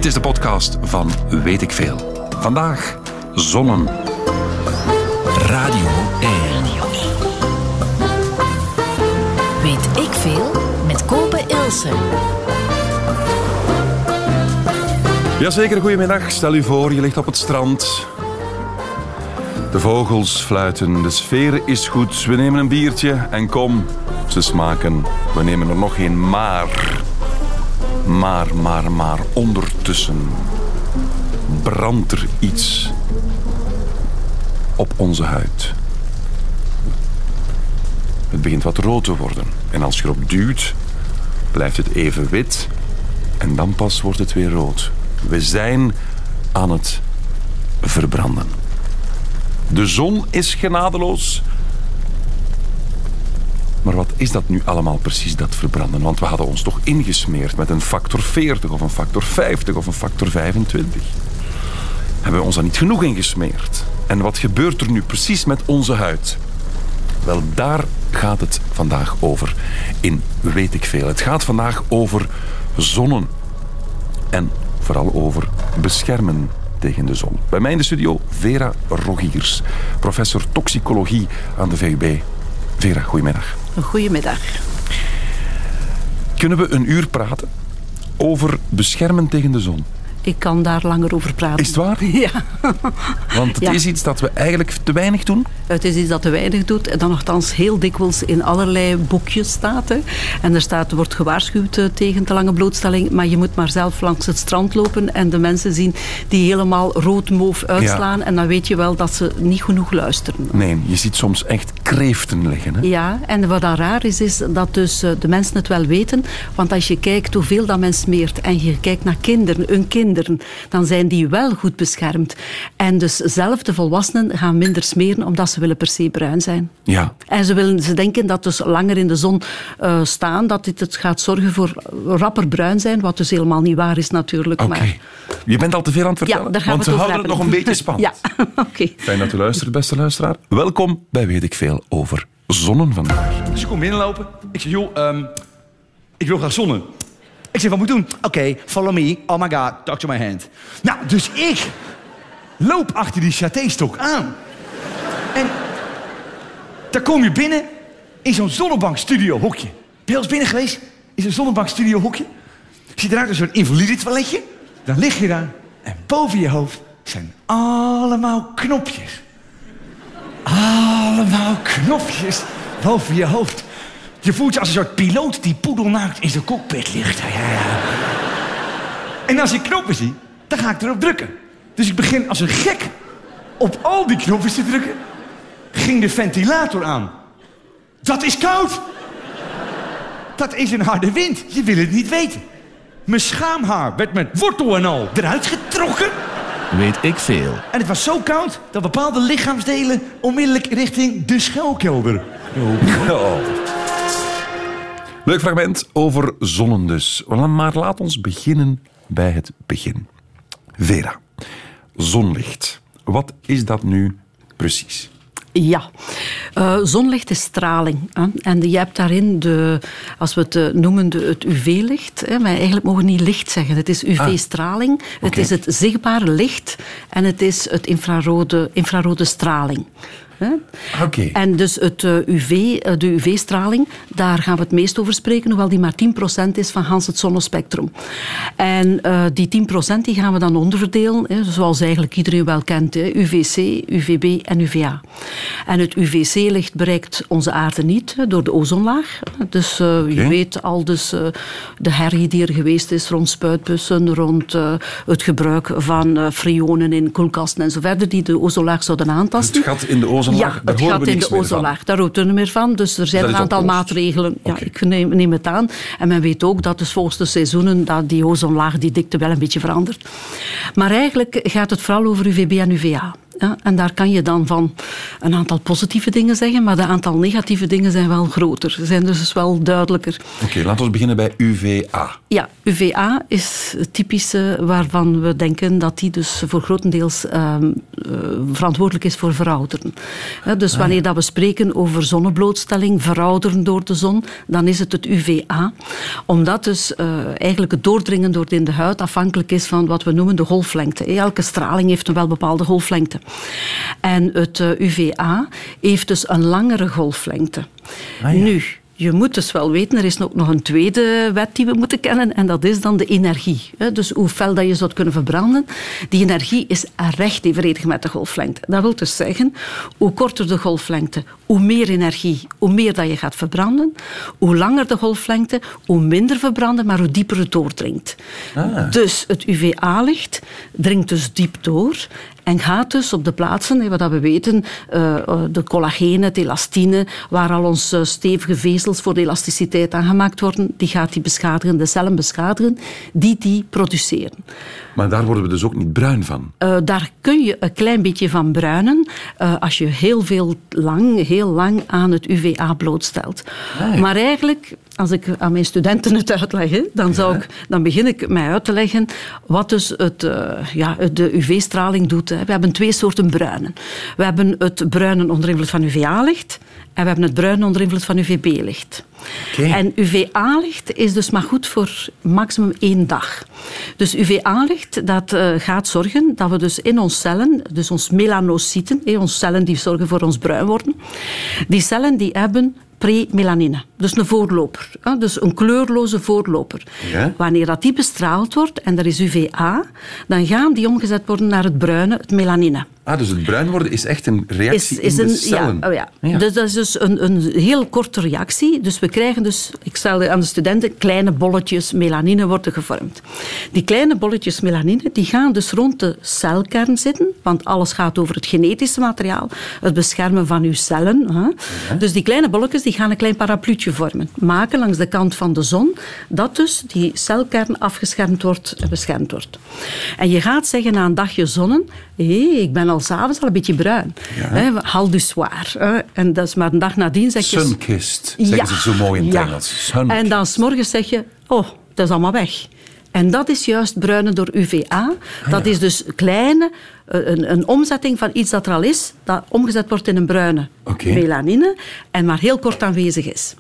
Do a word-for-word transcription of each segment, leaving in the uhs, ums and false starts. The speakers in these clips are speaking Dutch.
is de podcast van Weet ik Veel. Vandaag zonnen. Radio één. Weet ik Veel met Kobe Ilse. Jazeker, goedemiddag. Stel u voor, je ligt op het strand. De vogels fluiten, de sfeer is goed. We nemen een biertje en kom, ze smaken. We nemen er nog een, maar... Maar, maar, maar, ondertussen brandt er iets op onze huid. Het begint wat rood te worden. En als je erop duwt, blijft het even wit. En dan pas wordt het weer rood. We zijn aan het verbranden. De zon is genadeloos. Maar wat is dat nu allemaal precies, dat verbranden? Want we hadden ons toch ingesmeerd met een factor veertig of een factor vijftig of een factor vijfentwintig. Hebben we ons daar niet genoeg ingesmeerd? En wat gebeurt er nu precies met onze huid? Wel, daar gaat het vandaag over in Weet ik Veel. Het gaat vandaag over zonnen. En vooral over beschermen tegen de zon. Bij mij in de studio Vera Rogiers, professor toxicologie aan de V U B. Vera, goedemiddag. Goedemiddag. Kunnen we een uur praten over beschermen tegen de zon? Ik kan daar langer over praten. Is het waar? Ja. Want het ja. is iets dat we eigenlijk te weinig doen. Het is iets dat te weinig doet en dan nogthans heel dikwijls in allerlei boekjes staat. Hè. En er staat, wordt gewaarschuwd uh, tegen te lange blootstelling, maar je moet maar zelf langs het strand lopen en de mensen zien die helemaal rood-moof uitslaan. Ja. En dan weet je wel dat ze niet genoeg luisteren. Nee, je ziet soms echt kreeften liggen. Hè? Ja, en wat dan raar is, is dat dus uh, de mensen het wel weten. Want als je kijkt hoeveel dat men smeert en je kijkt naar kinderen, hun kinderen, dan zijn die wel goed beschermd. En dus zelf de volwassenen gaan minder smeren omdat ze willen per se bruin zijn. Ja. En ze, willen, ze denken dat dus langer in de zon uh, staan, dat dit het gaat zorgen voor rapper bruin zijn, wat dus helemaal niet waar is natuurlijk. Oké. Okay. Je bent al te veel aan het vertellen, ja, daar gaan want we we het houden het nog een beetje spannend. Ja, oké. Okay. Fijn dat u luistert, beste luisteraar. Welkom bij Weet ik Veel over zonnen vandaag. Dus ik kom binnenlopen. Ik zeg, joh, um, ik wil graag zonnen. Ik zeg, wat moet ik doen? Oké, okay, follow me. Oh my god, talk to my hand. Nou, dus ik loop achter die satéstok aan. En daar kom je binnen in zo'n zonnebankstudio-hokje. Ben je al eens binnen geweest? In zo'n zonnebankstudio-hokje? Ziet eruit als een soort invalide toiletje. Dan lig je daar en boven je hoofd zijn allemaal knopjes. Allemaal knopjes boven je hoofd. Je voelt je als een soort piloot die poedelnaakt in zijn cockpit ligt. Ja, ja, ja. En als ik knoppen zie, dan ga ik erop drukken. Dus ik begin als een gek op al die knopjes te drukken. Ging de ventilator aan. Dat is koud. Dat is een harde wind. Je wil het niet weten. Mijn schaamhaar werd met wortel en al eruit getrokken. Weet ik veel. En het was zo koud dat bepaalde lichaamsdelen onmiddellijk richting de schuilkelder. Oh. Oh. Leuk fragment over zonnen dus. Maar laat ons beginnen bij het begin. Vera, zonlicht. Wat is dat nu precies? Ja, uh, zonlicht is straling. Hè? En je hebt daarin, de, als we het uh, noemen, de, het U V-licht. Hè? Maar eigenlijk mogen we niet licht zeggen. Het is U V-straling, ah, okay. Het is het zichtbare licht en het is het infrarode, infrarode straling. Okay. En dus het uh, U V, uh, de U V-straling, daar gaan we het meest over spreken, hoewel die maar tien procent is van Hans het zonnespectrum. En uh, die tien procent die gaan we dan onderverdelen, hè, zoals eigenlijk iedereen wel kent, hè, U V C, U V B en U V A. En het U V C-licht bereikt onze aarde niet hè, door de ozonlaag. Dus uh, okay. Je weet al dus, uh, de herrie die er geweest is rond spuitbussen, rond uh, het gebruik van uh, freonen in koelkasten en zo verder, die de ozonlaag zouden aantasten. Het gat in de ozonlaag. Ja, het gaat in de ozonlaag. Daar hoort er niet meer van. Dus er zijn een aantal maatregelen. Ja, okay. Ik neem, neem het aan. En men weet ook dat dus volgens de seizoenen dat die ozonlaag, die dikte wel een beetje verandert. Maar eigenlijk gaat het vooral over U V B en U V A. Ja, en daar kan je dan van een aantal positieve dingen zeggen, maar de aantal negatieve dingen zijn wel groter. Ze zijn dus wel duidelijker. Oké, okay, laten we beginnen bij U V A. Ja, U V A is het typische waarvan we denken dat die dus voor grotendeels uh, uh, verantwoordelijk is voor verouderen. Uh, dus wanneer ah, ja. dat we spreken over zonneblootstelling, verouderen door de zon, dan is het het U V A. Omdat dus uh, eigenlijk het doordringen door in de huid afhankelijk is van wat we noemen de golflengte. Elke straling heeft een wel bepaalde golflengte. En het uh, U V A heeft dus een langere golflengte. Ah, ja. Nu, je moet dus wel weten, er is ook nog een tweede wet die we moeten kennen en dat is dan de energie. Dus hoe fel dat je zou kunnen verbranden, die energie is recht evenredig met de golflengte. Dat wil dus zeggen, hoe korter de golflengte, hoe meer energie, hoe meer dat je gaat verbranden. Hoe langer de golflengte, hoe minder verbranden, maar hoe dieper het doordringt. Ah. Dus het U V A-licht dringt dus diep door en gaat dus op de plaatsen, wat we weten, de collageen, het elastine, waar al onze stevige vezels voor de elasticiteit aangemaakt worden, die gaat die beschadigen, de cellen beschadigen, die die produceren. Maar daar worden we dus ook niet bruin van? Uh, daar kun je een klein beetje van bruinen uh, als je heel veel lang, heel lang aan het U V A blootstelt. Ah, ja. Maar eigenlijk, als ik aan mijn studenten het uitleg, hè, dan, zou ja. ik, dan begin ik mij uit te leggen wat dus het, uh, ja, de U V-straling doet. Hè. We hebben twee soorten bruinen. We hebben het bruinen onder invloed van U V A-licht en we hebben het bruinen onder invloed van U V B-licht. Okay. En U V A-licht is dus maar goed voor maximum één dag. Dus U V A-licht dat, uh, gaat zorgen dat we dus in ons cellen, dus ons melanocyten, eh, onze cellen die zorgen voor ons bruin worden, die cellen die hebben pre-melanine, dus een voorloper. Dus een kleurloze voorloper. Ja? Wanneer dat die bestraald wordt en er is U V A, dan gaan die omgezet worden naar het bruine, het melanine. Ah, dus het bruin worden is echt een reactie is, is in de een, cellen? Ja, oh ja. Ja. Dus dat is dus een, een heel korte reactie. Dus we krijgen dus, ik stel aan de studenten, kleine bolletjes melanine worden gevormd. Die kleine bolletjes melanine die gaan dus rond de celkern zitten, want alles gaat over het genetische materiaal, het beschermen van uw cellen. Hè. Ja. Dus die kleine bolletjes die gaan een klein parapluutje vormen. Maken langs de kant van de zon, dat dus die celkern afgeschermd wordt en beschermd wordt. En je gaat zeggen na een dagje zonnen, hé, hey, ik ben al s'avonds al een beetje bruin. Ja. Hè, hal dus zwaar. Hè. En dat is maar een dag nadien zeg je... Sunkissed, zeggen ja. ze zo mooi in het ja. Engels. Sun en dan 's morgens zeg je, oh, dat is allemaal weg. En dat is juist bruinen door U V A. Ah, dat ja. is dus kleine, een, een omzetting van iets dat er al is, dat omgezet wordt in een bruine okay. melanine en maar heel kort aanwezig is.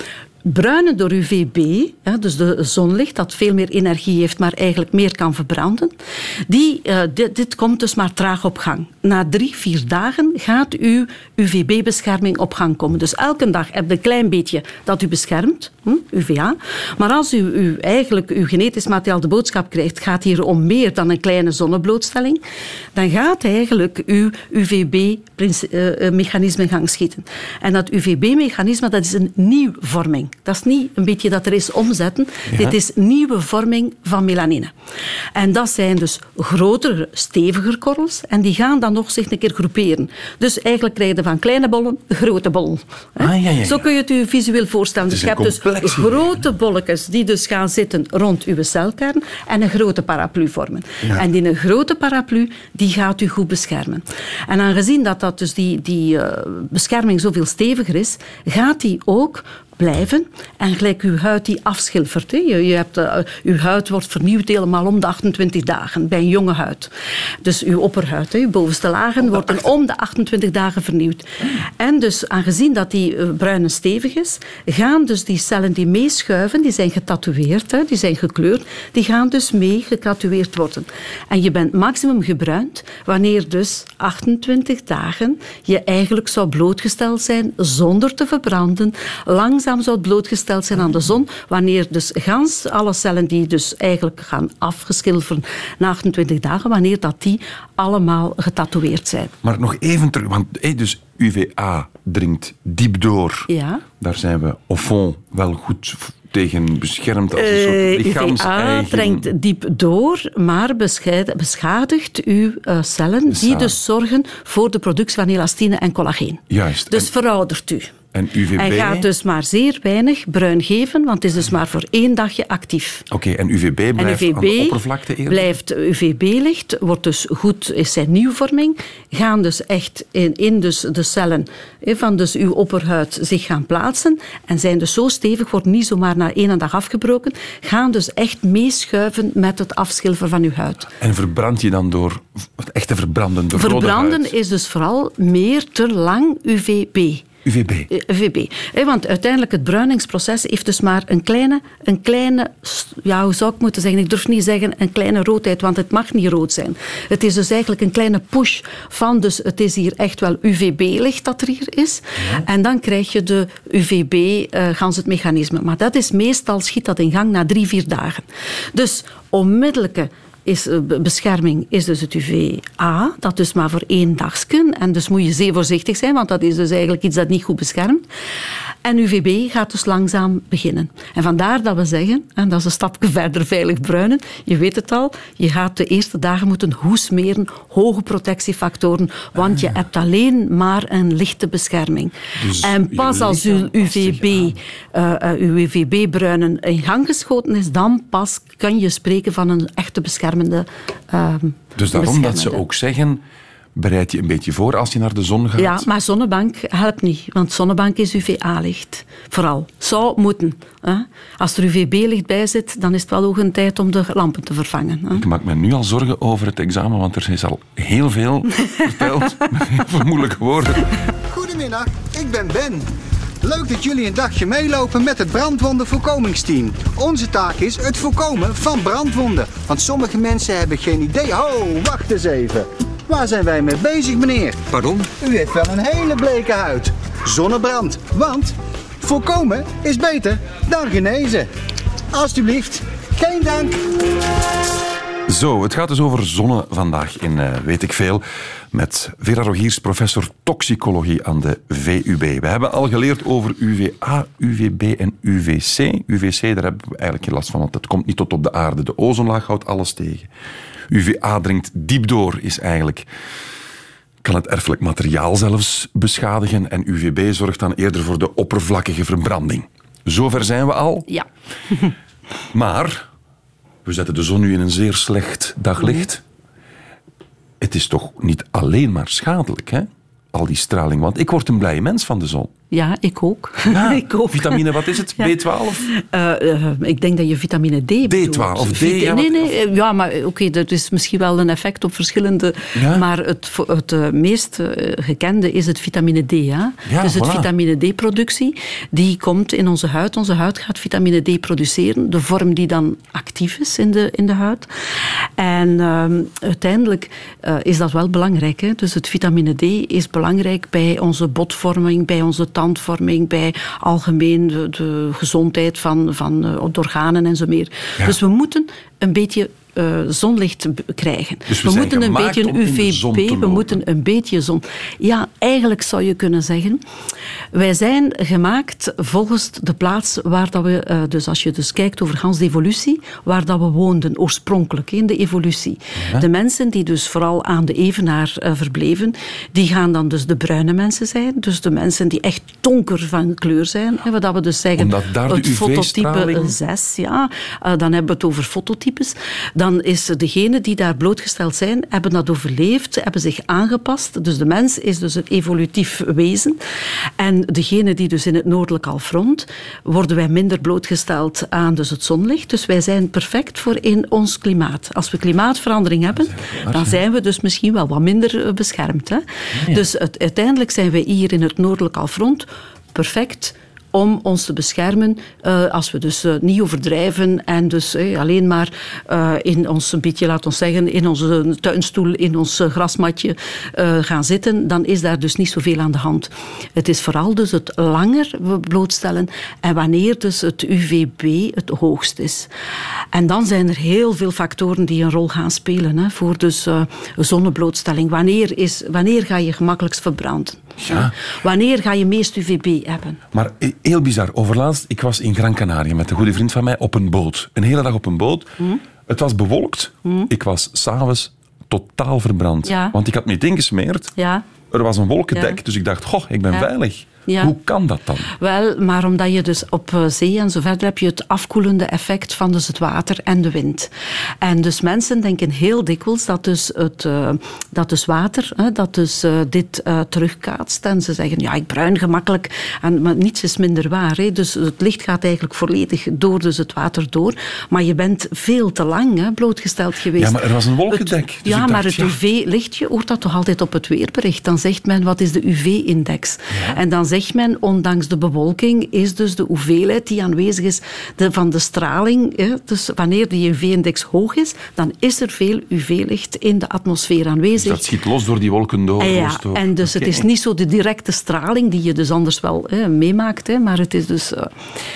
Bruinen door U V B, dus de zonlicht, dat veel meer energie heeft, maar eigenlijk meer kan verbranden, die, uh, dit, dit komt dus maar traag op gang. Na drie, vier dagen gaat uw U V B-bescherming op gang komen. Dus elke dag heb je een klein beetje dat u beschermt, hm, U V A. Maar als u, u eigenlijk uw genetisch materiaal de boodschap krijgt, gaat hier om meer dan een kleine zonneblootstelling, dan gaat eigenlijk uw U V B-mechanisme in gang schieten. En dat U V B-mechanisme, dat is een nieuwvorming. Dat is niet een beetje dat er is omzetten. Ja. Dit is nieuwe vorming van melanine. En dat zijn dus grotere, steviger korrels. En die gaan dan nog zich een keer groeperen. Dus eigenlijk krijg je van kleine bollen grote bollen. Ah, ja, ja, ja. Zo kun je het je visueel voorstellen. Dus je hebt dus grote bolletjes die dus gaan zitten rond uw celkern en een grote paraplu vormen. Ja. En die grote paraplu die gaat u goed beschermen. En aangezien dat, dat dus die, die uh, bescherming zoveel steviger is, gaat die ook blijven en gelijk uw huid die afschilfert. Hè. Je, je hebt, uh, uw huid wordt vernieuwd helemaal om de achtentwintig dagen bij een jonge huid. Dus uw opperhuid, hè, uw bovenste lagen, worden om de achtentwintig dagen vernieuwd. En dus aangezien dat die uh, bruin en stevig is, gaan dus die cellen die meeschuiven, die zijn getatoeëerd, hè, die zijn gekleurd, die gaan dus mee getatoeëerd worden. En je bent maximum gebruind wanneer dus achtentwintig dagen je eigenlijk zou blootgesteld zijn zonder te verbranden, langzaam zou het blootgesteld zijn aan de zon, wanneer dus gans alle cellen die dus eigenlijk gaan afgeschilferen na achtentwintig dagen, wanneer dat die allemaal getatoeëerd zijn. Maar nog even terug, want hey, dus U V A dringt diep door. Ja. Daar zijn we au fond wel goed tegen beschermd als een soort lichaams-eigen... U V A dringt diep door, maar beschadigt uw uh, cellen die dus zorgen voor de productie van elastine en collageen. Juist. Dus en... veroudert u. En U V B? Hij gaat dus maar zeer weinig bruin geven, want het is dus maar voor één dagje actief. Oké, okay, en U V B blijft en U V B aan de oppervlakte eerder? Blijft U V B-licht, wordt dus goed, is zijn nieuwvorming, gaan dus echt in, in dus de cellen van dus uw opperhuid zich gaan plaatsen en zijn dus zo stevig, wordt niet zomaar na één dag afgebroken, gaan dus echt meeschuiven met het afschilferen van uw huid. En verbrand je dan door het echte verbranden? Door Verbranden is dus vooral meer te lang U V B. U V B. U V B. Want uiteindelijk het bruiningsproces heeft dus maar een kleine, een kleine, ja, hoe zou ik moeten zeggen? Ik durf niet zeggen een kleine roodheid, want het mag niet rood zijn. Het is dus eigenlijk een kleine push van, dus het is hier echt wel U V B-licht dat er hier is. Ja. En dan krijg je de U V B, uh, gans het mechanisme. Maar dat is meestal, schiet dat in gang na drie, vier dagen. Dus onmiddellijke is, uh, bescherming is dus het U V A, dat dus maar voor één dagsken. En dus moet je zeer voorzichtig zijn, want dat is dus eigenlijk iets dat niet goed beschermt. En U V B gaat dus langzaam beginnen. En vandaar dat we zeggen, en dat is een stapje verder veilig bruinen, je weet het al, je gaat de eerste dagen moeten hoesmeren, hoge protectiefactoren, want je hebt alleen maar een lichte bescherming. Dus en pas als uw U V B, uh, uh, uw U V B-bruinen in gang geschoten is, dan pas kan je spreken van een echte bescherming. Uh, dus daarom dat ze ook zeggen, bereid je een beetje voor als je naar de zon gaat. Ja, maar zonnebank helpt niet, want zonnebank is U V A-licht. Vooral. Zou moeten. Hè? Als er U V B-licht bij zit, dan is het wel ook een tijd om de lampen te vervangen. Hè? Ik maak me nu al zorgen over het examen, want er is al heel veel verteld met heel veel moeilijke woorden. Goedemiddag, ik ben Ben. Leuk dat jullie een dagje meelopen met het brandwondenvoorkomingsteam. Onze taak is het voorkomen van brandwonden. Want sommige mensen hebben geen idee. Oh, wacht eens even. Waar zijn wij mee bezig, meneer? Pardon? U heeft wel een hele bleke huid. Zonnebrand. Want voorkomen is beter dan genezen. Alsjeblieft, geen dank. Zo, het gaat dus over zonne vandaag in uh, Weet ik Veel. Met Vera Rogiers, professor toxicologie aan de V U B. We hebben al geleerd over U V A, U V B en U V C. U V C, daar hebben we eigenlijk geen last van, want dat komt niet tot op de aarde. De ozonlaag houdt alles tegen. U V A dringt diep door, is eigenlijk... kan het erfelijk materiaal zelfs beschadigen. En U V B zorgt dan eerder voor de oppervlakkige verbranding. Zover zijn we al. Ja. Maar... we zetten de zon nu in een zeer slecht daglicht. Het is toch niet alleen maar schadelijk, hè? Al die straling. Want ik word een blije mens van de zon. Ja, ik ook. Ja, ik ook. Vitamine, wat is het? Ja. B twaalf? Uh, uh, ik denk dat je vitamine D bedoelt. D twaalf of D? Vita- ja, nee, nee. Ja, maar oké, okay, dat is misschien wel een effect op verschillende... Ja. Maar het, het uh, meest uh, gekende is het vitamine D. Ja? Ja, dus het voilà. vitamine D-productie, die komt in onze huid. Onze huid gaat vitamine D produceren. De vorm die dan actief is in de, in de huid. En uh, uiteindelijk uh, is dat wel belangrijk. Hè? Dus het vitamine D is belangrijk bij onze botvorming, bij onze tandvorming, bij algemeen de, de gezondheid van, van uh, de organen en zo meer. Ja. Dus we moeten een beetje uh, zonlicht b- krijgen. Dus we we zijn moeten een gemaakt beetje om in de U zon V te B, we lopen. moeten een beetje zon. Ja, eigenlijk zou je kunnen zeggen, wij zijn gemaakt volgens de plaats waar dat we, uh, dus als je dus kijkt over gans de evolutie, waar dat we woonden, oorspronkelijk in de evolutie. Ja. De mensen die dus vooral aan de evenaar uh, verbleven, die gaan dan dus de bruine mensen zijn, dus de mensen die echt donker van kleur zijn, hè, wat we dus zeggen, Omdat daar de het U fototype V-straling... zes, ja, uh, dan hebben we het over fototypes. Dan is degene die daar blootgesteld zijn, hebben dat overleefd, hebben zich aangepast. Dus de mens is dus een evolutief wezen. En degene die dus in het noordelijk halfrond, worden wij minder blootgesteld aan dus het zonlicht. Dus wij zijn perfect voor in ons klimaat. Als we klimaatverandering hebben, dan zijn we dus misschien wel wat minder beschermd. Hè? Ja, ja. Dus het, uiteindelijk zijn wij hier in het noordelijk halfrond perfect om ons te beschermen uh, als we dus uh, niet overdrijven en dus uh, alleen maar uh, in ons, een beetje, laat ons zeggen, in onze tuinstoel, in ons uh, grasmatje uh, gaan zitten, dan is daar dus niet zoveel aan de hand. Het is vooral dus het langer blootstellen en wanneer dus het U V B het hoogst is. En dan zijn er heel veel factoren die een rol gaan spelen, hè, voor dus uh, zonneblootstelling. Wanneer, is, wanneer ga je gemakkelijkst verbranden? Ja. Wanneer ga je meest U V B hebben? Maar heel bizar. Overlaatst, ik was in Gran Canaria met een goede vriend van mij op een boot. Een hele dag op een boot. Mm. Het was bewolkt. Mm. Ik was s'avonds totaal verbrand. Ja. Want ik had me niet ingesmeerd. Ja. Er was een wolkendek, ja. dus ik dacht, goh, ik ben ja. veilig. Ja. Hoe kan dat dan? Wel, maar omdat je dus op zee en zo verder heb je het afkoelende effect van dus het water en de wind. En dus mensen denken heel dikwijls dat dus, het, uh, dat dus water, uh, dat dus uh, dit uh, terugkaatst. En ze zeggen, ja, ik bruin gemakkelijk. En, maar niets is minder waar. Hè. Dus het licht gaat eigenlijk volledig door dus het water door. Maar je bent veel te lang hè, blootgesteld geweest. Ja, maar er was een wolkendek. Het, dus ja, dacht, maar het ja. U V-lichtje hoort dat toch altijd op het weerbericht. Dan zegt men, wat is de U V-index? Ja. En dan zegt men, ondanks de bewolking is dus de hoeveelheid die aanwezig is de, van de straling. Hè, dus wanneer die U V-index hoog is, dan is er veel U V-licht in de atmosfeer aanwezig. Dus dat schiet los door die wolken door. En, ja, los door. en dus okay. Het is niet zo de directe straling die je dus anders wel hè, meemaakt. Hè, maar het is dus... Uh,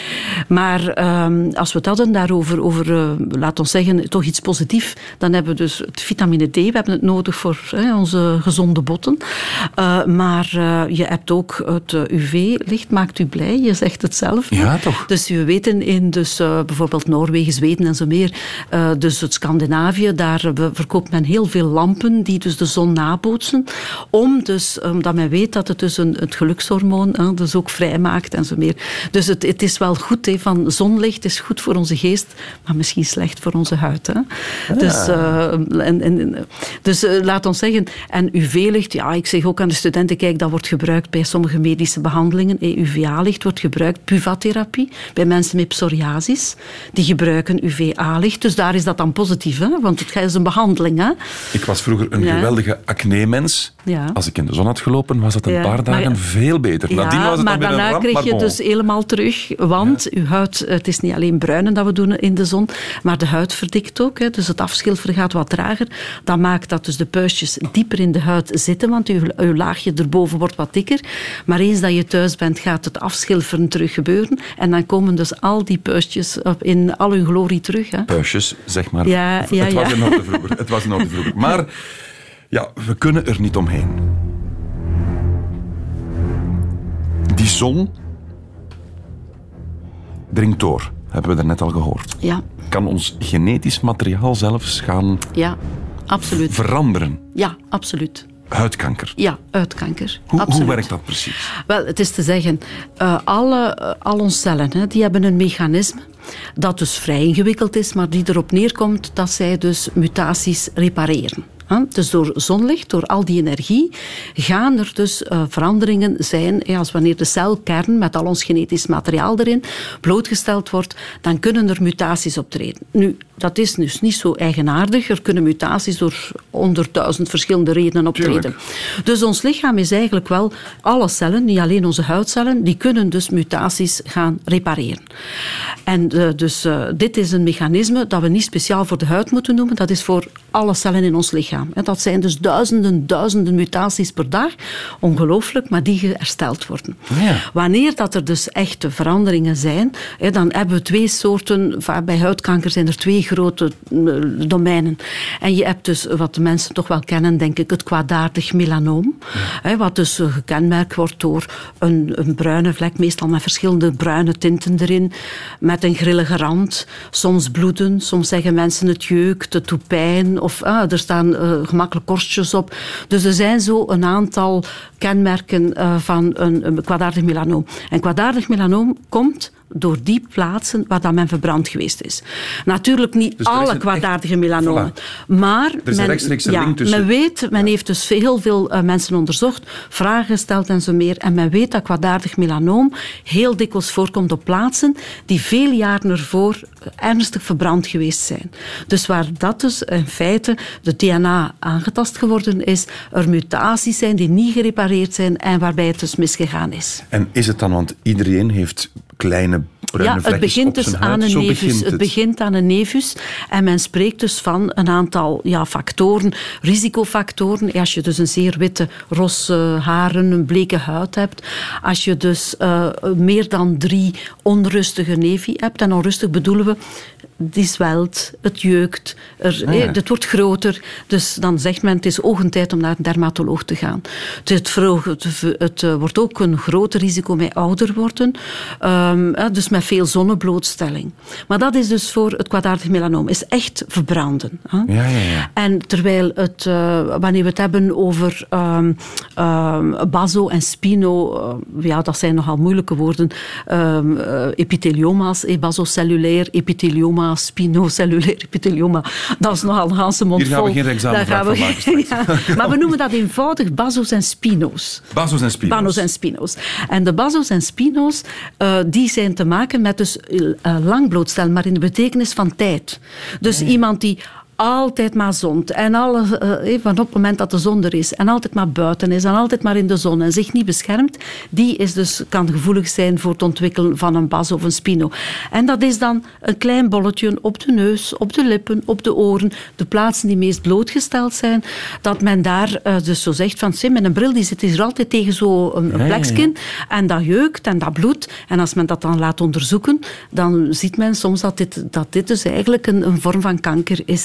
maar um, als we het hadden daarover, over, uh, laat ons zeggen, toch iets positiefs, dan hebben we dus het vitamine D, we hebben het nodig voor hè, onze gezonde botten. Uh, maar uh, je hebt ook het uh, U V-licht, maakt u blij, je zegt het zelf. Ja, toch? Dus we weten in dus, uh, bijvoorbeeld Noorwegen, Zweden en zo meer, uh, dus het Scandinavië, daar uh, verkoopt men heel veel lampen die dus de zon nabootsen, om dus, omdat men weet dat het dus een, het gelukshormoon uh, dus ook vrijmaakt en zo meer. Dus het, het is wel goed, he, van zonlicht is goed voor onze geest, maar misschien slecht voor onze huid. Hè. Ja. Dus, uh, en, en, dus uh, laat ons zeggen, en U V-licht, ja, ik zeg ook aan de studenten, kijk, dat wordt gebruikt bij sommige medische behandelingen. U V A-licht wordt gebruikt, Puva-therapie, bij mensen met psoriasis. Die gebruiken U V A-licht, dus daar is dat dan positief, hè? Want het is een behandeling. Hè? Ik was vroeger een ja. geweldige acne-mens. Ja. Als ik in de zon had gelopen, was het een ja, paar dagen maar, veel beter. Ja, Nadien was het maar dan daarna een ramp, kreeg maar je bon. dus helemaal terug, want ja. uw huid, het is niet alleen bruinen dat we doen in de zon, maar de huid verdikt ook, hè, dus het afschilferen gaat wat trager. Dat maakt dat dus de puistjes dieper in de huid zitten, want uw, uw laagje erboven wordt wat dikker. Maar eens dat je thuis bent, gaat het afschilferen terug gebeuren en dan komen dus al die puistjes in al hun glorie terug. Hè. Puistjes, zeg maar. Ja, ja, het, was ja. in orde vroeger. het was in orde vroeger. Maar ja, we kunnen er niet omheen. Die zon dringt door, hebben we er net al gehoord. Ja. Kan ons genetisch materiaal zelfs gaan ja, absoluut. veranderen? Ja, absoluut. Huidkanker? Ja, huidkanker. Hoe, hoe werkt dat precies? Wel, het is te zeggen, uh, alle, uh, al onze cellen hè, die hebben een mechanisme dat dus vrij ingewikkeld is, maar die erop neerkomt dat zij dus mutaties repareren. Dus door zonlicht, door al die energie, gaan er dus uh, veranderingen zijn. Ja, als wanneer de celkern met al ons genetisch materiaal erin blootgesteld wordt, dan kunnen er mutaties optreden. Nu, dat is dus niet zo eigenaardig. Er kunnen mutaties door honderdduizend verschillende redenen optreden. Tuurlijk. Dus ons lichaam is eigenlijk wel, alle cellen, niet alleen onze huidcellen, die kunnen dus mutaties gaan repareren. En uh, dus uh, dit is een mechanisme dat we niet speciaal voor de huid moeten noemen, dat is voor alle cellen in ons lichaam. Dat zijn dus duizenden, duizenden mutaties per dag. Ongelooflijk, maar die hersteld worden. Ja. Wanneer dat er dus echte veranderingen zijn, dan hebben we twee soorten, bij huidkanker zijn er twee grote domeinen. En je hebt dus, wat de mensen toch wel kennen, denk ik, het kwaadaardig melanoom. Ja. Wat dus gekenmerkt wordt door een, een bruine vlek, meestal met verschillende bruine tinten erin, met een grillige rand, soms bloeden, soms zeggen mensen het jeukt, het doet pijn, of ah, er staan uh, gemakkelijk korstjes op. Dus er zijn zo een aantal kenmerken uh, van een, een kwaadaardig melanoom. En kwaadaardig melanoom komt door die plaatsen waar dat men verbrand geweest is. Natuurlijk niet dus alle kwaadaardige echt... melanomen. Voilà. Maar er is men, een rechtstreekse ja, link tussen... men weet, men ja. heeft dus heel veel uh, mensen onderzocht, vragen gesteld en zo meer. En men weet dat kwaadaardig melanoom heel dikwijls voorkomt op plaatsen die veel jaren ervoor ernstig verbrand geweest zijn. Dus waar dat dus in feite de D N A aangetast geworden is, er mutaties zijn die niet gerepareerd zijn en waarbij het dus misgegaan is. En is het dan, want iedereen heeft kleine bruine ja, het begint dus aan een nevus. Begint het. het begint aan een nevus en men spreekt dus van een aantal ja, factoren, risicofactoren. Als je dus een zeer witte, rosse haren, een bleke huid hebt, als je dus uh, meer dan drie onrustige nevi hebt, en onrustig bedoelen we die zwelt, het jeukt, er, Ah, ja. het wordt groter. Dus dan zegt men, het is oogentijd om naar een dermatoloog te gaan. Het, verhoogt- het, het uh, wordt ook een groter risico met ouder worden. Um, uh, dus met veel zonneblootstelling. Maar dat is dus voor het kwaadaardig melanoom. Is echt verbranden. Hè? Ja, ja, ja. En terwijl het, uh, wanneer we het hebben over um, um, baso en spino, uh, ja, dat zijn nogal moeilijke woorden. Um, uh, epithelioma's, eh, basocellulair, epithelioma, spinocellulair epithelioma. Dat is nogal een ganse mond Hier gaan we vol. geen examenvraag Daar van gaan we- ja, maar we noemen dat eenvoudig baso's en spino's. Baso's en spino's. Banos en spino's. En de baso's en spino's, uh, die zijn te maken met dus uh, lang blootstellen, maar in de betekenis van tijd. Dus Ja. iemand die altijd maar zont en alle, uh, van op het moment dat de zon er is en altijd maar buiten is en altijd maar in de zon en zich niet beschermt, die is dus, kan gevoelig zijn voor het ontwikkelen van een bas of een spino. En dat is dan een klein bolletje op de neus, op de lippen, op de oren, de plaatsen die meest blootgesteld zijn, dat men daar uh, dus zo zegt van, sim, met een bril die zit hier altijd tegen zo'n een, Ja, een ja, plekje en dat jeukt en dat bloedt. En als men dat dan laat onderzoeken, dan ziet men soms dat dit, dat dit dus eigenlijk een, een vorm van kanker is.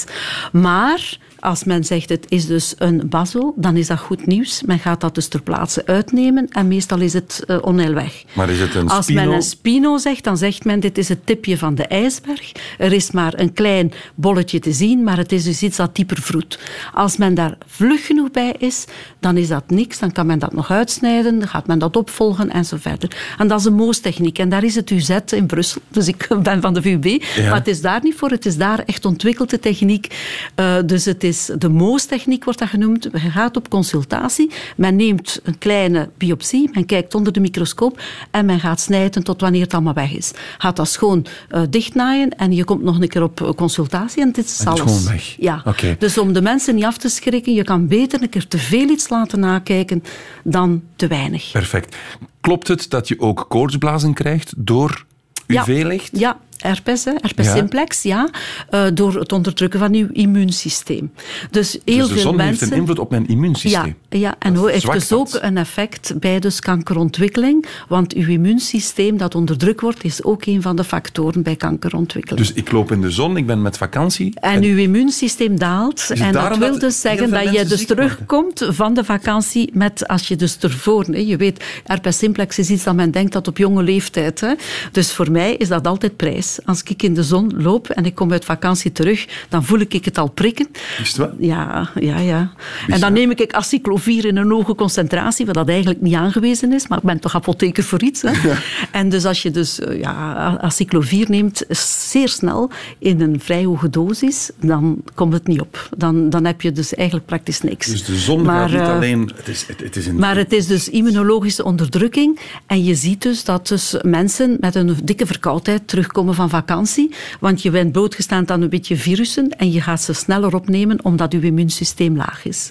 Maar als men zegt het is dus een baso, dan is dat goed nieuws. Men gaat dat dus ter plaatse uitnemen en meestal is het uh, onheil weg. Maar is het een Als spino? men een spino zegt, dan zegt men dit is het tipje van de ijsberg. Er is maar een klein bolletje te zien, maar het is dus iets dat dieper vroet. Als men daar vlug genoeg bij is, dan is dat niks. Dan kan men dat nog uitsnijden, dan gaat men dat opvolgen en zo verder. En dat is een moostechniek. En daar is het U Z in Brussel. Dus ik ben van de V U B. Ja. Maar het is daar niet voor. Het is daar echt ontwikkelde techniek. Uh, dus het is de moostechniek, wordt dat genoemd. Je gaat op consultatie. Men neemt een kleine biopsie. Men kijkt onder de microscoop. En men gaat snijden tot wanneer het allemaal weg is. Gaat dat schoon uh, dichtnaaien. En je komt nog een keer op consultatie. En dit is En het is alles. gewoon weg. Ja. Oké. Dus om de mensen niet af te schrikken. Je kan beter een keer te veel iets laten nakijken dan te weinig. Perfect. Klopt het dat je ook koortsblazen krijgt door U V-licht? Ja, ja. Herpes, hè? herpes Ja. simplex, ja. Uh, door het onderdrukken van uw immuunsysteem. Dus heel Dus de veel zon mensen... heeft een invloed op mijn immuunsysteem. Ja, ja, en Dat hij heeft zwakt dus dat. ook een effect bij dus kankerontwikkeling. Want uw immuunsysteem dat onderdrukt wordt, is ook een van de factoren bij kankerontwikkeling. Dus ik loop in de zon, ik ben met vakantie. En uw immuunsysteem daalt. het En dat daarom wil dat dus heel zeggen veel dat je mensen dus ziek worden? terugkomt van de vakantie met, als je dus ervoor... hè, je weet, herpes simplex is iets dat men denkt dat op jonge leeftijd. Hè. Dus voor mij is dat altijd prijs. Als ik in de zon loop en ik kom uit vakantie terug, dan voel ik het al prikken. Is het wel? Ja, ja, ja. En dan neem ik acyclovir in een hoge concentratie, wat dat eigenlijk niet aangewezen is, maar ik ben toch apotheker voor iets. Hè. Ja. En dus als je dus uh, ja, acyclovir neemt, zeer snel, in een vrij hoge dosis, dan komt het niet op. Dan, dan heb je dus eigenlijk praktisch niks. Dus de zon maar, gaat niet uh, alleen... Het is, het, het is een... Maar het is dus immunologische onderdrukking. En je ziet dus dat dus mensen met een dikke verkoudheid terugkomen van vakantie. Want je bent blootgesteld aan een beetje virussen en je gaat ze sneller opnemen omdat je immuunsysteem laag is.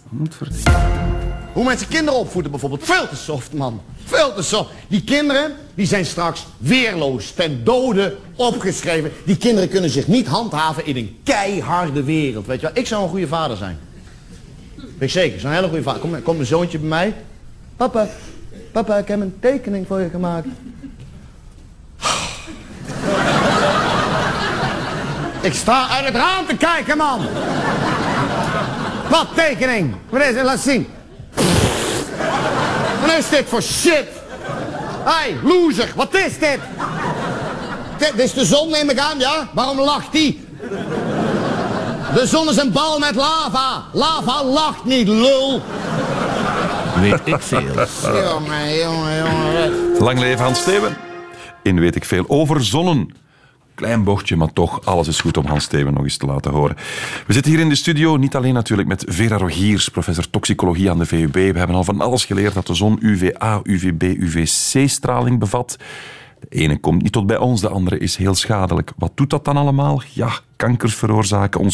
Hoe mensen kinderen opvoeden bijvoorbeeld. Veel te soft, man. Veel te soft. Die kinderen die zijn straks weerloos, ten dode opgeschreven. Die kinderen kunnen zich niet handhaven in een keiharde wereld. Weet je wel, ik zou een goede vader zijn. Weet ik zeker, ik zou een hele goede vader. Kom, kom mijn zoontje bij mij. Papa, papa, ik heb een tekening voor je gemaakt. Ik sta uit het raam te kijken, man. Wat tekening? Wat is het? Laat zien. Wat is dit voor shit? Hey, loser, wat is dit? Dit is de zon, neem ik aan, ja? Waarom lacht die? De zon is een bal met lava. Lava lacht niet, lul. Weet ik veel. Jongen, jongen, jongen. Lang leven Hans Steven. In Weet ik veel over zonnen. Klein bochtje, maar toch, alles is goed om Hans Steven nog eens te laten horen. We zitten hier in de studio, niet alleen natuurlijk met Vera Rogiers, professor toxicologie aan de V U B. We hebben al van alles geleerd dat de zon U V A, U V B, U V C-straling bevat. De ene komt niet tot bij ons, de andere is heel schadelijk. Wat doet dat dan allemaal? Ja, kankers veroorzaken, ons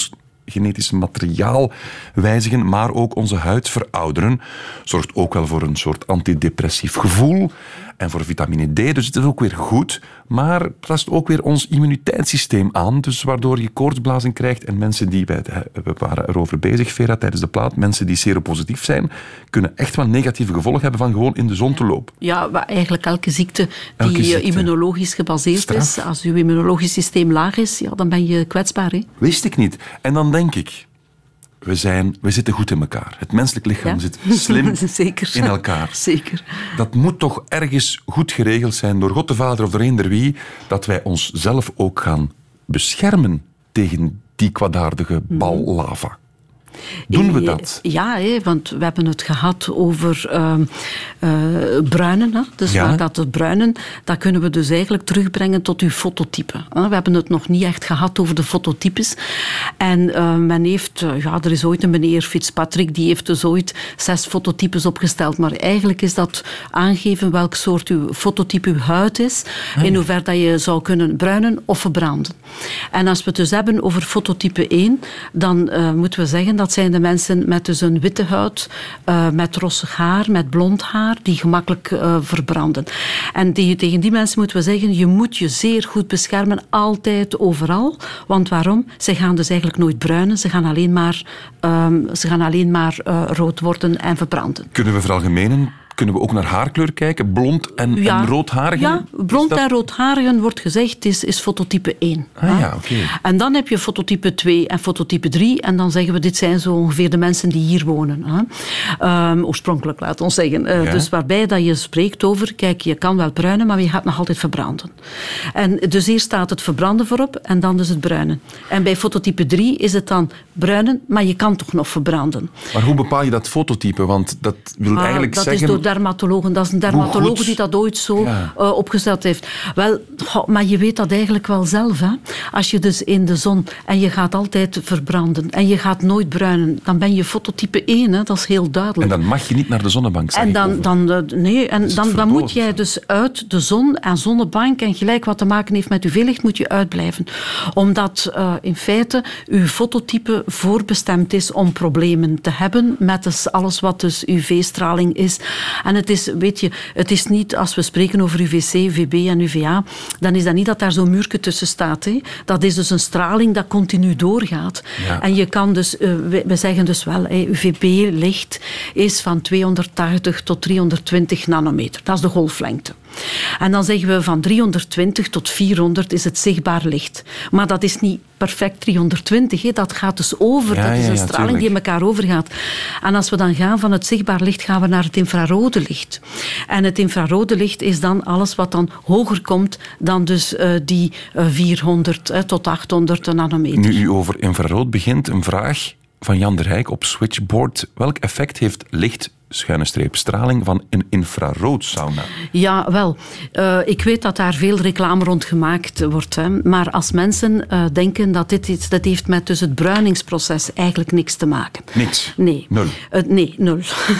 genetisch materiaal wijzigen, maar ook onze huid verouderen. Zorgt ook wel voor een soort antidepressief gevoel en voor vitamine D. Dus het is ook weer goed, maar tast ook weer ons immuniteitssysteem aan. Dus waardoor je koortsblazen krijgt. En mensen die, wij, we waren erover bezig, Vera, tijdens de plaat, mensen die seropositief zijn, kunnen echt wel negatieve gevolgen hebben van gewoon in de zon te lopen. Ja, maar eigenlijk elke ziekte die Elke ziekte. immunologisch gebaseerd Straf. is, als uw immunologisch systeem laag is, ja, dan ben je kwetsbaar. Hè? Wist ik niet. En dan denk ik, we, zijn, we zitten goed in elkaar. Het menselijk lichaam Ja? zit slim Zeker. in elkaar. Zeker. Dat moet toch ergens goed geregeld zijn door God de Vader of door eender wie, dat wij onszelf ook gaan beschermen tegen die kwaadaardige bal lava. Doen we dat? Ja, hè, want we hebben het gehad over uh, uh, bruinen. Hè. Dus Ja. waar dat het bruinen, dat kunnen we dus eigenlijk terugbrengen tot uw fototype. Hè. We hebben het nog niet echt gehad over de fototypes. En uh, men heeft, uh, ja, er is ooit een meneer Fitzpatrick, die heeft dus ooit zes fototypes opgesteld. Maar eigenlijk is dat aangeven welk soort uw fototype uw huid is, Ah. in hoever dat je zou kunnen bruinen of verbranden. En als we het dus hebben over fototype één, dan uh, moeten we zeggen dat zijn de mensen met dus een witte huid, uh, met rossig haar, met blond haar, die gemakkelijk uh, verbranden. En die, tegen die mensen moeten we zeggen, je moet je zeer goed beschermen, altijd, overal. Want waarom? Ze gaan dus eigenlijk nooit bruinen, ze gaan alleen maar, um, ze gaan alleen maar uh, rood worden en verbranden. Kunnen we veralgemenen? Kunnen we ook naar haarkleur kijken? Blond en, Ja, en roodharigen? Ja, Is blond dat- en roodharigen wordt gezegd is, is fototype één. Ah hè. ja, oké. En dan heb je fototype twee en fototype drie. En dan zeggen we, dit zijn zo ongeveer de mensen die hier wonen. Hè. Um, oorspronkelijk, laat ons zeggen. Uh, Ja. Dus waarbij dat je spreekt over, kijk, je kan wel bruinen, maar je gaat nog altijd verbranden. En dus eerst staat het verbranden voorop en dan dus het bruinen. En bij fototype drie is het dan bruinen, maar je kan toch nog verbranden. Maar hoe bepaal je dat fototype? Want dat wil Ah, eigenlijk dat zeggen... is door dermatologen. Dat is een dermatoloog goed? die dat ooit zo Ja. uh, opgesteld heeft. Wel, goh, maar je weet dat eigenlijk wel zelf. Hè? Als je dus in de zon en je gaat altijd verbranden en je gaat nooit bruinen, dan ben je fototype één. Hè? Dat is heel duidelijk. En dan mag je niet naar de zonnebank, zeg En ik dan, over. dan, uh, nee, en het dan, dan verboden. moet jij dus uit de zon en zonnebank en gelijk wat te maken heeft met uw V-licht, moet je uitblijven. Omdat uh, in feite uw fototype voorbestemd is om problemen te hebben met dus alles wat dus U V-straling is. En het is, weet je, het is niet, als we spreken over U V C, U V B en U V A, dan is dat niet dat daar zo'n muurtje tussen staat. Hè. Dat is dus een straling dat continu doorgaat. Ja. En je kan dus, uh, we, we zeggen dus wel, hè, U V B-licht is van tweehonderdtachtig tot driehonderdtwintig nanometer. Dat is de golflengte. En dan zeggen we van driehonderdtwintig tot vierhonderd is het zichtbaar licht. Maar dat is niet perfect driehonderdtwintig. Hè. Dat gaat dus over. Ja, dat is ja, een ja, straling die in elkaar overgaat. En als we dan gaan van het zichtbaar licht, gaan we naar het infrarode licht. En het infrarode licht is dan alles wat dan hoger komt dan dus uh, die uh, vierhonderd uh, tot achthonderd nanometer. Nu u over infrarood begint, een vraag van Jan de Rijk op Switchboard. Welk effect heeft licht, schuine streep, straling van een infraroodsauna? Ja, wel. Uh, ik weet dat daar veel reclame rond gemaakt wordt. Hè. Maar als mensen uh, denken dat dit iets, dat heeft met dus het bruiningsproces eigenlijk niks te maken. Niks? Nee. Nul? Uh, nee, nul.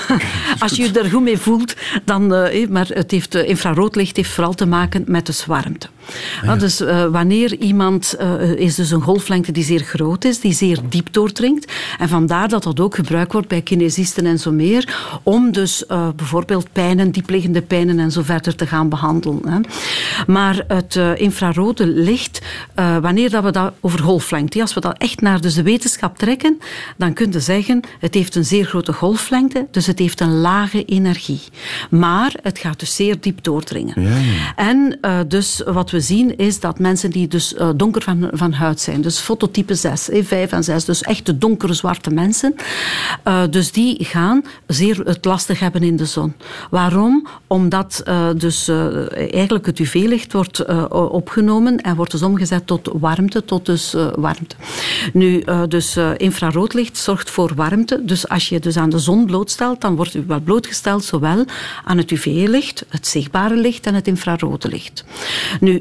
Als je je er goed mee voelt, dan... Uh, maar het heeft, uh, infraroodlicht heeft vooral te maken met dus warmte. Ah, ja. Dus uh, wanneer iemand... Uh, is dus een golflengte die zeer groot is, die zeer diep doordringt. En vandaar dat dat ook gebruikt wordt bij kinesisten en zo meer, om dus uh, bijvoorbeeld pijnen, diepliggende pijnen en zo verder te gaan behandelen. Hè. Maar het uh, infrarode licht, uh, wanneer dat we dat over golflengte, als we dat echt naar dus de wetenschap trekken, dan kun je zeggen, het heeft een zeer grote golflengte, dus het heeft een lage energie. Maar het gaat dus zeer diep doordringen. Ja, ja. En uh, dus wat we zien is dat mensen die dus uh, donker van, van huid zijn, dus fototype zes, eh, vijf en zes, dus echt de donkere zwarte mensen, uh, dus die gaan zeer het lastig hebben in de zon. Waarom? Omdat uh, dus uh, eigenlijk het U V-licht wordt uh, opgenomen en wordt dus omgezet tot warmte, tot dus uh, warmte. Nu, uh, dus uh, infraroodlicht zorgt voor warmte, dus als je dus aan de zon blootstelt, dan wordt u wel blootgesteld zowel aan het U V-licht, het zichtbare licht en het infrarode licht. Nu,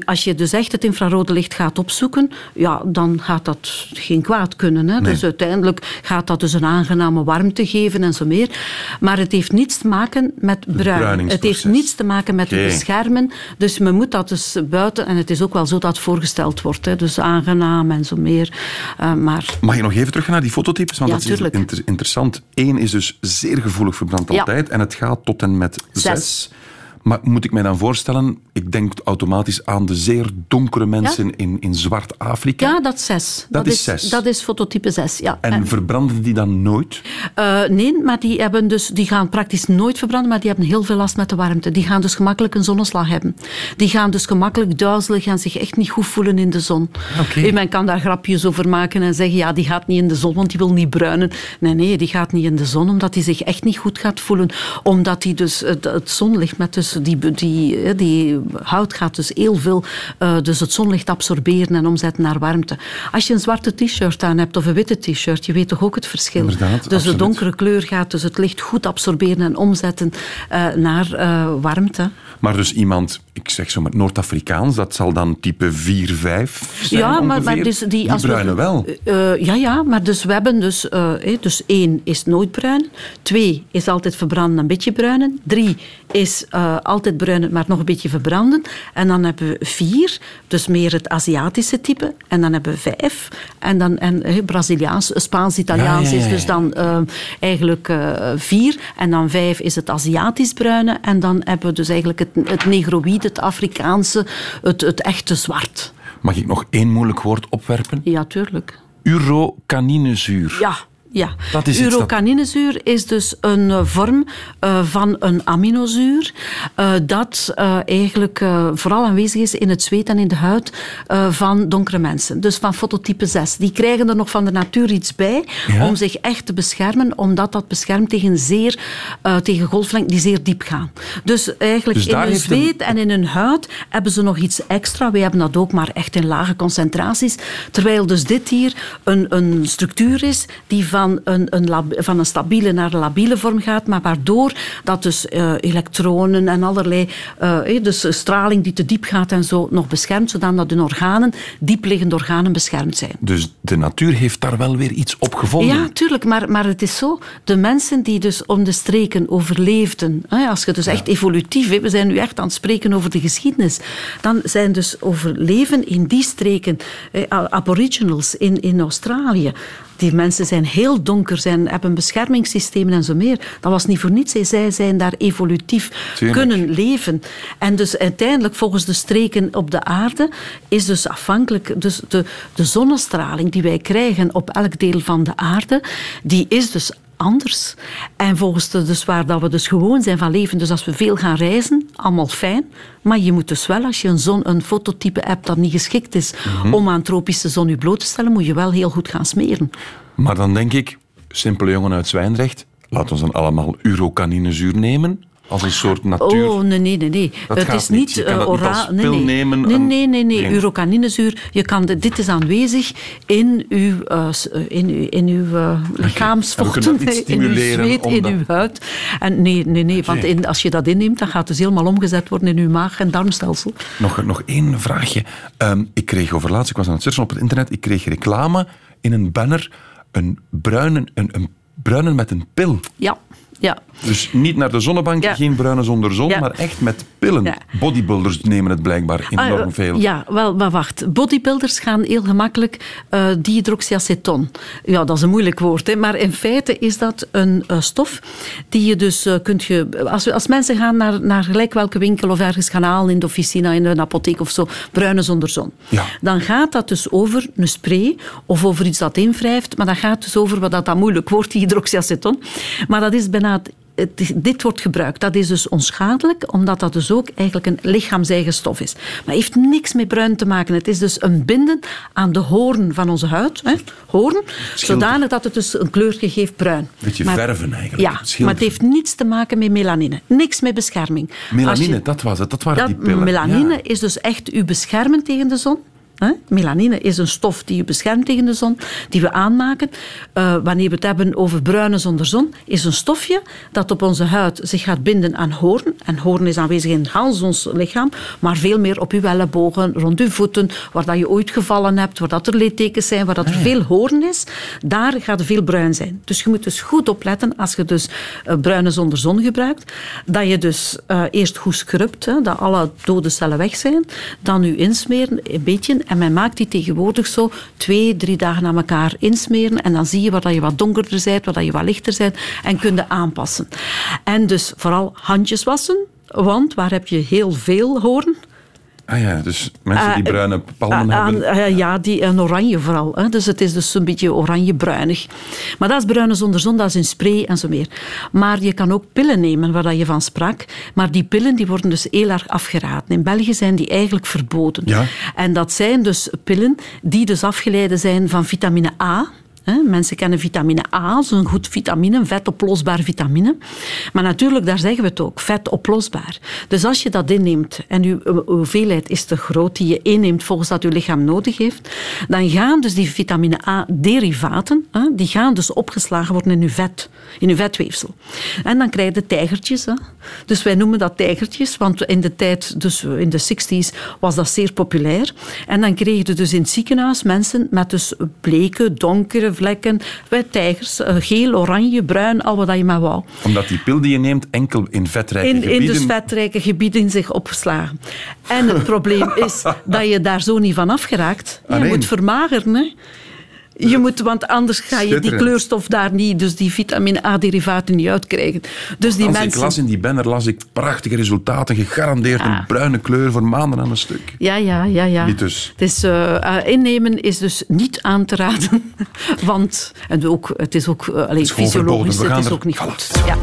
als je dus echt het infrarode licht gaat opzoeken, ja, dan gaat dat geen kwaad kunnen. Hè? Nee. Dus uiteindelijk gaat dat dus een aangename warmte geven en zo meer. Maar het heeft niets te maken met bruinen. Het bruiningsproces. heeft niets te maken met Oké. het beschermen. Dus men moet dat dus buiten, en het is ook wel zo dat het voorgesteld wordt. Hè? Dus aangenaam en zo meer. Uh, maar... Mag je nog even terug gaan naar die fototypes? Want Ja, dat is tuurlijk. inter- interessant. Eén is dus zeer gevoelig voor brand Ja. altijd. En het gaat tot en met zes. Zes. Maar moet ik mij dan voorstellen, ik denk automatisch aan de zeer donkere mensen in, in Zwart-Afrika. Ja, dat is zes. Dat is zes. Dat is fototype zes, ja. En, En- verbranden die dan nooit? Uh, nee, maar die, hebben dus, die gaan praktisch nooit verbranden, maar die hebben heel veel last met de warmte. Die gaan dus gemakkelijk een zonneslag hebben. Die gaan dus gemakkelijk duizelig en zich echt niet goed voelen in de zon. Oké. En men kan daar grapjes over maken en zeggen, ja, die gaat niet in de zon, want die wil niet bruinen. Nee, nee, die gaat niet in de zon, omdat die zich echt niet goed gaat voelen. Omdat die dus, het, het zonlicht met dus die, die, die hout gaat dus heel veel uh, dus het zonlicht absorberen en omzetten naar warmte. Als je een zwarte t-shirt aan hebt of een witte t-shirt, je weet toch ook het verschil. Inderdaad, dus absoluut. de donkere kleur gaat dus het licht goed absorberen en omzetten uh, naar uh, warmte. Maar dus iemand, ik zeg zo met Noord-Afrikaans, dat zal dan type vier, vijf zijn Ja, maar, ongeveer. maar dus die, die als we- bruinen wel. Uh, ja, ja, maar dus we hebben dus, uh, eh, dus één is nooit bruin, twee is altijd verbranden, een beetje bruinen, drie is uh, altijd bruinen, maar nog een beetje verbranden, en dan hebben we vier, dus meer het Aziatische type, en dan hebben we vijf, en dan en, eh, Braziliaans, Spaans-Italiaans Ja, ja, ja, ja. is dus dan uh, eigenlijk uh, vier, en dan vijf is het Aziatisch bruine, en dan hebben we dus eigenlijk het, het negroïde, het Afrikaanse, het, het echte zwart. Mag ik nog één moeilijk woord opwerpen? Ja, tuurlijk. Urocaninezuur. Ja. Ja, Dat is iets dat- urocaninezuur is dus een uh, vorm uh, van een aminozuur uh, dat uh, eigenlijk uh, vooral aanwezig is in het zweet en in de huid uh, van donkere mensen. Dus van fototype zes. Die krijgen er nog van de natuur iets bij Ja? om zich echt te beschermen, omdat dat beschermt tegen, zeer, uh, tegen golflengten die zeer diep gaan. Dus eigenlijk Dus in daar hun heeft een- zweet en in hun huid hebben ze nog iets extra. Wij hebben dat ook, maar echt in lage concentraties. Terwijl dus dit hier een, een structuur is die van een, een, lab, van een stabiele naar een labiele vorm gaat, maar waardoor dat dus uh, elektronen en allerlei uh, dus straling die te diep gaat en zo nog beschermt, zodat de organen, diepliggende organen, beschermd zijn. Dus de natuur heeft daar wel weer iets op gevonden. Ja, tuurlijk, maar, maar het is zo. De mensen die dus om de streken overleefden, hè, als je dus echt evolutief, hè, we zijn nu echt aan het spreken over de geschiedenis, dan zijn dus overleven in die streken, eh, aboriginals in, in Australië. Die mensen zijn heel donker, zijn, hebben beschermingssystemen en zo meer. Dat was niet voor niets. hè. Zij zijn daar evolutief Tuurlijk. kunnen leven. En dus uiteindelijk, volgens de streken op de aarde, is dus afhankelijk... Dus de, de zonnestraling die wij krijgen op elk deel van de aarde, die is dus anders. En volgens de, dus waar dat we dus gewoon zijn van leven, dus als we veel gaan reizen, allemaal fijn, maar je moet dus wel, als je een, zon, een fototype hebt dat niet geschikt is Mhm. om aan tropische zon je bloot te stellen, moet je wel heel goed gaan smeren. Maar dan denk ik, simpele jongen uit Zwijndrecht, laat ons dan allemaal urocaninezuur nemen als een soort natuur. Oh, nee, nee, nee. nee. Dat het gaat is niet. niet Je kan uh, dat niet ora- als nee, pil nee. nemen, Nee, een- nee, nee. nee. Nee. Urocaninezuur, je kan de, dit is aanwezig in uw, uh, s- uh, in uw, in uw uh, lichaamsvochten, En we kunnen dat niet in uw stimuleren zweet, om in dat- uw huid. En nee, nee, nee. Want Oké. in, als je dat inneemt, dan gaat het dus helemaal omgezet worden in uw maag- en darmstelsel. Nog, nog één vraagje. Ehm, ik kreeg over laatst, ik was aan het searchen op het internet, ik kreeg reclame in een banner, een bruine, een, een bruine met een pil. Ja, ja. Dus niet naar de zonnebank, Ja. geen bruine zonder zon, Ja. maar echt met pillen. Ja. Bodybuilders nemen het blijkbaar enorm Ah, veel. Ja, wel, maar wacht. Bodybuilders gaan heel gemakkelijk uh, dihydroxyaceton. Ja, dat is een moeilijk woord, hè, maar in feite is dat een uh, stof die je dus uh, kunt... Je, als, als mensen gaan naar, naar gelijk welke winkel of ergens gaan halen in de officina, in een apotheek of zo, bruine zonder zon. Ja. Dan gaat dat dus over een spray of over iets dat invrijft, maar dat gaat dus over wat dat, dat moeilijk woord, dihydroxyaceton. Maar dat is bijna... Het, Het is- dit wordt gebruikt. Dat is dus onschadelijk, omdat dat dus ook eigenlijk een lichaams-eigen stof is. Maar heeft niks met bruin te maken. Het is dus een binden aan de hoorn van onze huid. Hè? Hoorn, zodanig dat het dus een kleurtje geeft bruin. Beetje Maar- verven eigenlijk. Ja, Het scheelt. maar het heeft niets te maken met melanine. Niks met bescherming. Als Melanine, je- dat was het. Dat waren dat die pillen. melanine Ja. is dus echt u beschermen tegen de zon. Hè? Melanine is een stof die je beschermt tegen de zon, die we aanmaken. Uh, wanneer we het hebben over bruinen zonder zon, is een stofje dat op onze huid zich gaat binden aan hoorn. En hoorn is aanwezig in heel ons lichaam, maar veel meer op uw ellebogen, rond uw voeten, waar dat je ooit gevallen hebt, waar dat er littekens zijn, waar dat er veel hoorn is, daar gaat er veel bruin zijn. Dus je moet dus goed opletten als je dus uh, bruine zonder zon gebruikt, dat je dus uh, eerst goed scrubt, hè, dat alle dode cellen weg zijn, dan u insmeren, een beetje, en men maakt die tegenwoordig zo twee, drie dagen aan elkaar insmeren en dan zie je waar dat je wat donkerder bent, waar dat je wat lichter bent en kun je aanpassen. En dus vooral handjes wassen, want waar heb je heel veel hoorn? Ah ja, dus mensen die bruine palmen uh, uh, hebben. Uh, uh, ja, die een oranje vooral. Hè. Dus het is dus een beetje oranje-bruinig. Maar dat is bruine zonder zon, dat is in spray en zo meer. Maar je kan ook pillen nemen, waar je van sprak. Maar die pillen die worden dus heel erg afgeraden. In België zijn die eigenlijk verboden. Ja. En dat zijn dus pillen die dus afgeleid zijn van vitamine A. He, mensen kennen vitamine A, dat is een goed vitamine, een vetoplosbaar vitamine. Maar natuurlijk, daar zeggen we het ook, vetoplosbaar. Dus als je dat inneemt en je hoeveelheid is te groot die je inneemt volgens dat je lichaam nodig heeft, dan gaan dus die vitamine A-derivaten, die gaan dus opgeslagen worden in je vet, in je vetweefsel. En dan krijg je tijgertjes. Hè. Dus wij noemen dat tijgertjes, want in de tijd, dus in de zestig's, was dat zeer populair. En dan kreeg je dus in het ziekenhuis mensen met dus bleke, donkere vlekken, tijgers, geel, oranje, bruin, al wat je maar wou. Omdat die pil die je neemt enkel in vetrijke in, gebieden... In dus vetrijke gebieden zich opslagen. En het probleem is dat je daar zo niet van afgeraakt. Je Alleen. moet vermageren, hè. Je moet, want anders ga je die kleurstof daar niet, dus die vitamine A-derivaten niet uitkrijgen. Dus die Als mensen... ik las in die banner, las ik prachtige resultaten, gegarandeerd Ja. een bruine kleur voor maanden aan een stuk. Ja, ja, ja. ja. Niet dus. Het is, uh, uh, innemen is dus niet aan te raden, want en ook, het is ook uh, allee, is gewoon fysiologisch, verboden. We het is gaan ook niet er- goed. Ja.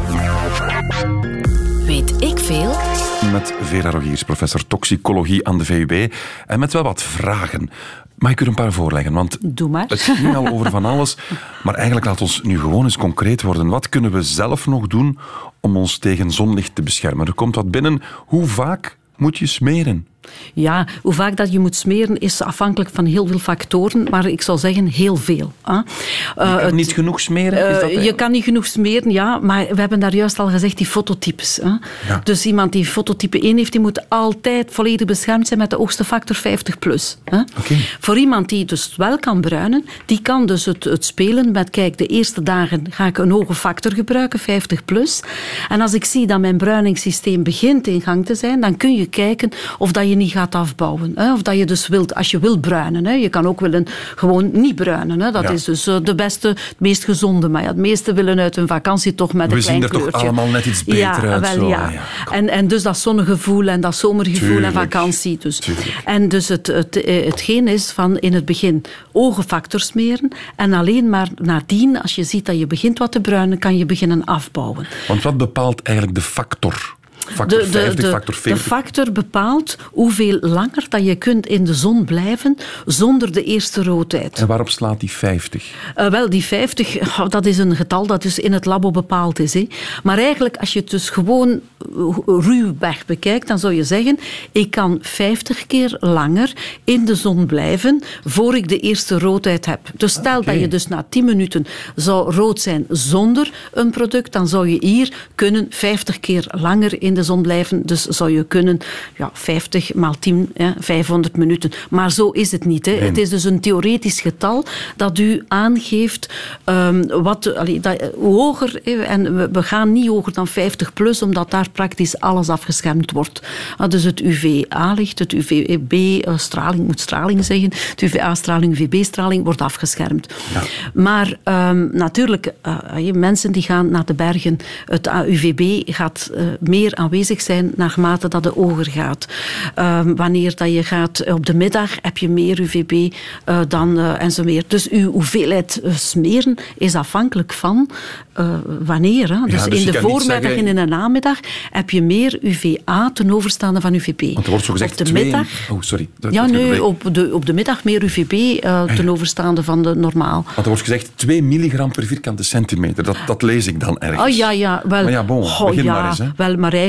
Weet ik veel? Met Vera Rogiers, professor toxicologie aan de V U B. En met wel wat vragen. Mag ik u er een paar voorleggen? Want Doe maar. het ging al over van alles. Maar eigenlijk laat ons nu gewoon eens concreet worden. Wat kunnen we zelf nog doen om ons tegen zonlicht te beschermen? Er komt wat binnen. Hoe vaak moet je smeren? Ja, hoe vaak dat je moet smeren is afhankelijk van heel veel factoren, maar ik zou zeggen heel veel. Hè. Uh, Je kan het- niet genoeg smeren? Is dat Uh, je eigenlijk? kan niet genoeg smeren, ja, maar we hebben daar juist al gezegd, die fototypes. Hè. Ja. Dus iemand die fototype één heeft, die moet altijd volledig beschermd zijn met de hoogste factor vijftig plus. Hè. Oké. Voor iemand die dus wel kan bruinen, die kan dus het, het spelen met, kijk, de eerste dagen ga ik een hoge factor gebruiken, vijftig plus. En als ik zie dat mijn bruiningssysteem begint in gang te zijn, dan kun je kijken of dat je niet gaat afbouwen. Hè. Of dat je dus wilt, als je wilt bruinen. Hè. Je kan ook willen gewoon niet bruinen. Hè. Dat Ja. is dus uh, de beste, het meest gezonde. Maar ja, het meeste willen uit hun vakantie toch met We een klein zien er toch kleurtje. allemaal net iets beter ja, uit, Wel, zo, ja. ja. En, en dus dat zonnegevoel en dat zomergevoel Tuurlijk. en vakantie. Dus. Tuurlijk. En dus het, het, eh, hetgeen is van in het begin ogenfactor smeren en alleen maar nadien, als je ziet dat je begint wat te bruinen, kan je beginnen afbouwen. Want wat bepaalt eigenlijk de factor? Factor vijftig, factor de veertig? factor bepaalt hoeveel langer dat je kunt in de zon blijven zonder de eerste roodheid. En waarop slaat die vijftig? Uh, wel, die vijftig, oh, dat is een getal dat dus in het labo bepaald is. Hè. Maar eigenlijk, als je het dus gewoon uh, ruwweg bekijkt, dan zou je zeggen, ik kan vijftig keer langer in de zon blijven voor ik de eerste roodheid heb. Dus stel Oké. dat je dus na tien minuten zou rood zijn zonder een product, dan zou je hier kunnen vijftig keer langer in de zon blijven. Dus zou je kunnen ja, vijftig maal tien, ja, vijfhonderd minuten. Maar zo is het niet. Hè. Nee. Het is dus een theoretisch getal dat u aangeeft um, wat, allee, dat, hoe hoger, hè, en we, we gaan niet hoger dan vijftig plus, omdat daar praktisch alles afgeschermd wordt. Uh, dus het U V A-licht, het U V B-straling, moet straling zeggen, het U V A-straling, U V B-straling wordt afgeschermd. Ja. Maar um, natuurlijk, uh, mensen die gaan naar de bergen, het U V B gaat uh, meer aanwezig zijn naarmate dat de hoger gaat. Um, wanneer dat je gaat op de middag, heb je meer U V B uh, dan uh, en zo meer. Dus uw hoeveelheid uh, smeren is afhankelijk van uh, wanneer. Hè? Dus, dus je in de kan niet voormiddag zeggen- en in de namiddag heb je meer U V A ten overstaande van U V B. Want er wordt zo gezegd op de twee... middag. Oh, sorry. Dat- Ja, dat nee, onderbreek. op de, op de middag meer U V B uh, ten overstaande van de normaal. Want er wordt gezegd twee milligram per vierkante centimeter. Dat, dat lees ik dan ergens. Oh ja, ja, wel. Maar ja, bon, Goh, begin ja, maar eens, hè. Wel, maar eigenlijk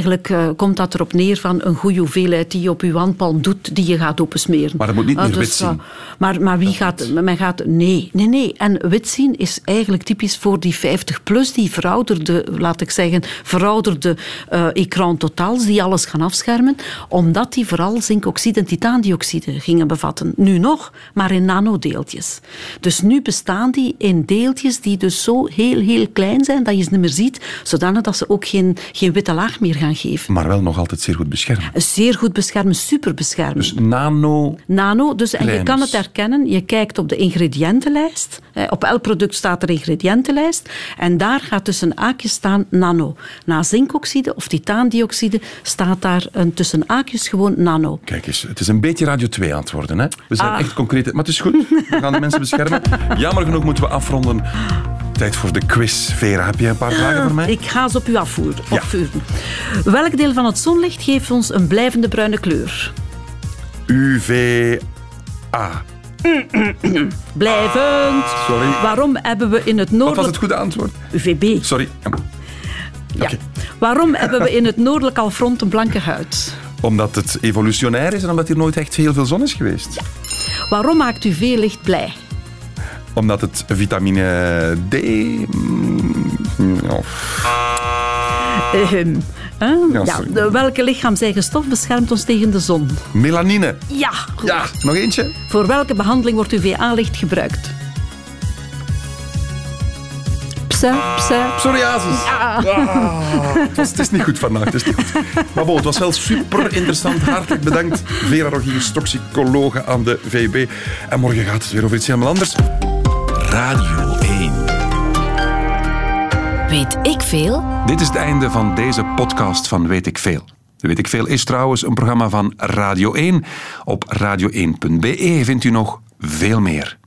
eigenlijk uh, komt dat erop neer van een goede hoeveelheid die je op je handpalm doet, die je gaat opensmeren. Maar dat moet niet meer uh, dus, wit zien. Uh, maar, maar wie gaat... Men gaat nee, nee, nee. En wit zien is eigenlijk typisch voor die vijftig plus, die verouderde, laat ik zeggen, verouderde uh, ecran totaals, die alles gaan afschermen, omdat die vooral zinkoxide en titaandioxide gingen bevatten. Nu nog, maar in nanodeeltjes. Dus nu bestaan die in deeltjes die dus zo heel, heel klein zijn dat je ze niet meer ziet, zodanig dat ze ook geen, geen witte laag meer gaan geven. Maar wel nog altijd zeer goed beschermen. Zeer goed beschermen, super beschermen. Dus nano... Nano, dus, en je kan het herkennen. Je kijkt op de ingrediëntenlijst. Op elk product staat er ingrediëntenlijst. En daar gaat tussen haakjes staan nano. Na zinkoxide of titaandioxide staat daar een tussen haakjes gewoon nano. Kijk eens, het is een beetje Radio twee aan het worden. Hè? We zijn ah. echt concreet. Maar het is goed, we gaan de mensen beschermen. Jammer genoeg moeten we afronden. Tijd voor de quiz. Vera, heb je een paar vragen voor mij? Ik ga ze op u afvoeren. Ja. opvuren. Welk deel van het zonlicht geeft ons een blijvende bruine kleur? U V A. Blijvend. Sorry. Waarom hebben we in het Wat noordelijk... was het goede antwoord? U V B. Sorry. Ja. Okay. Waarom hebben we in het noordelijk halfrond een blanke huid? Omdat het evolutionair is en omdat hier nooit echt heel veel zon is geweest. Ja. Waarom maakt U V-licht blij? Omdat het vitamine D... Oh. Uh, uh, Ja, ja, sorry. de, welke lichaamseigen stof beschermt ons tegen de zon? Melanine. Ja, goed. Ja, nog eentje? Voor welke behandeling wordt U V A-licht gebruikt? Pse, pse. Psoriasis. Ja. Ah, het, was, het is niet goed vandaag. Het is niet goed. Maar bon, het was wel super interessant. Hartelijk bedankt. Vera Rogiers, toxicologe aan de V U B. En morgen gaat het weer over iets helemaal anders. Radio één. Weet ik veel? Dit is het einde van deze podcast van Weet ik Veel. Weet ik Veel is trouwens een programma van Radio één. Op radio één punt be vindt u nog veel meer.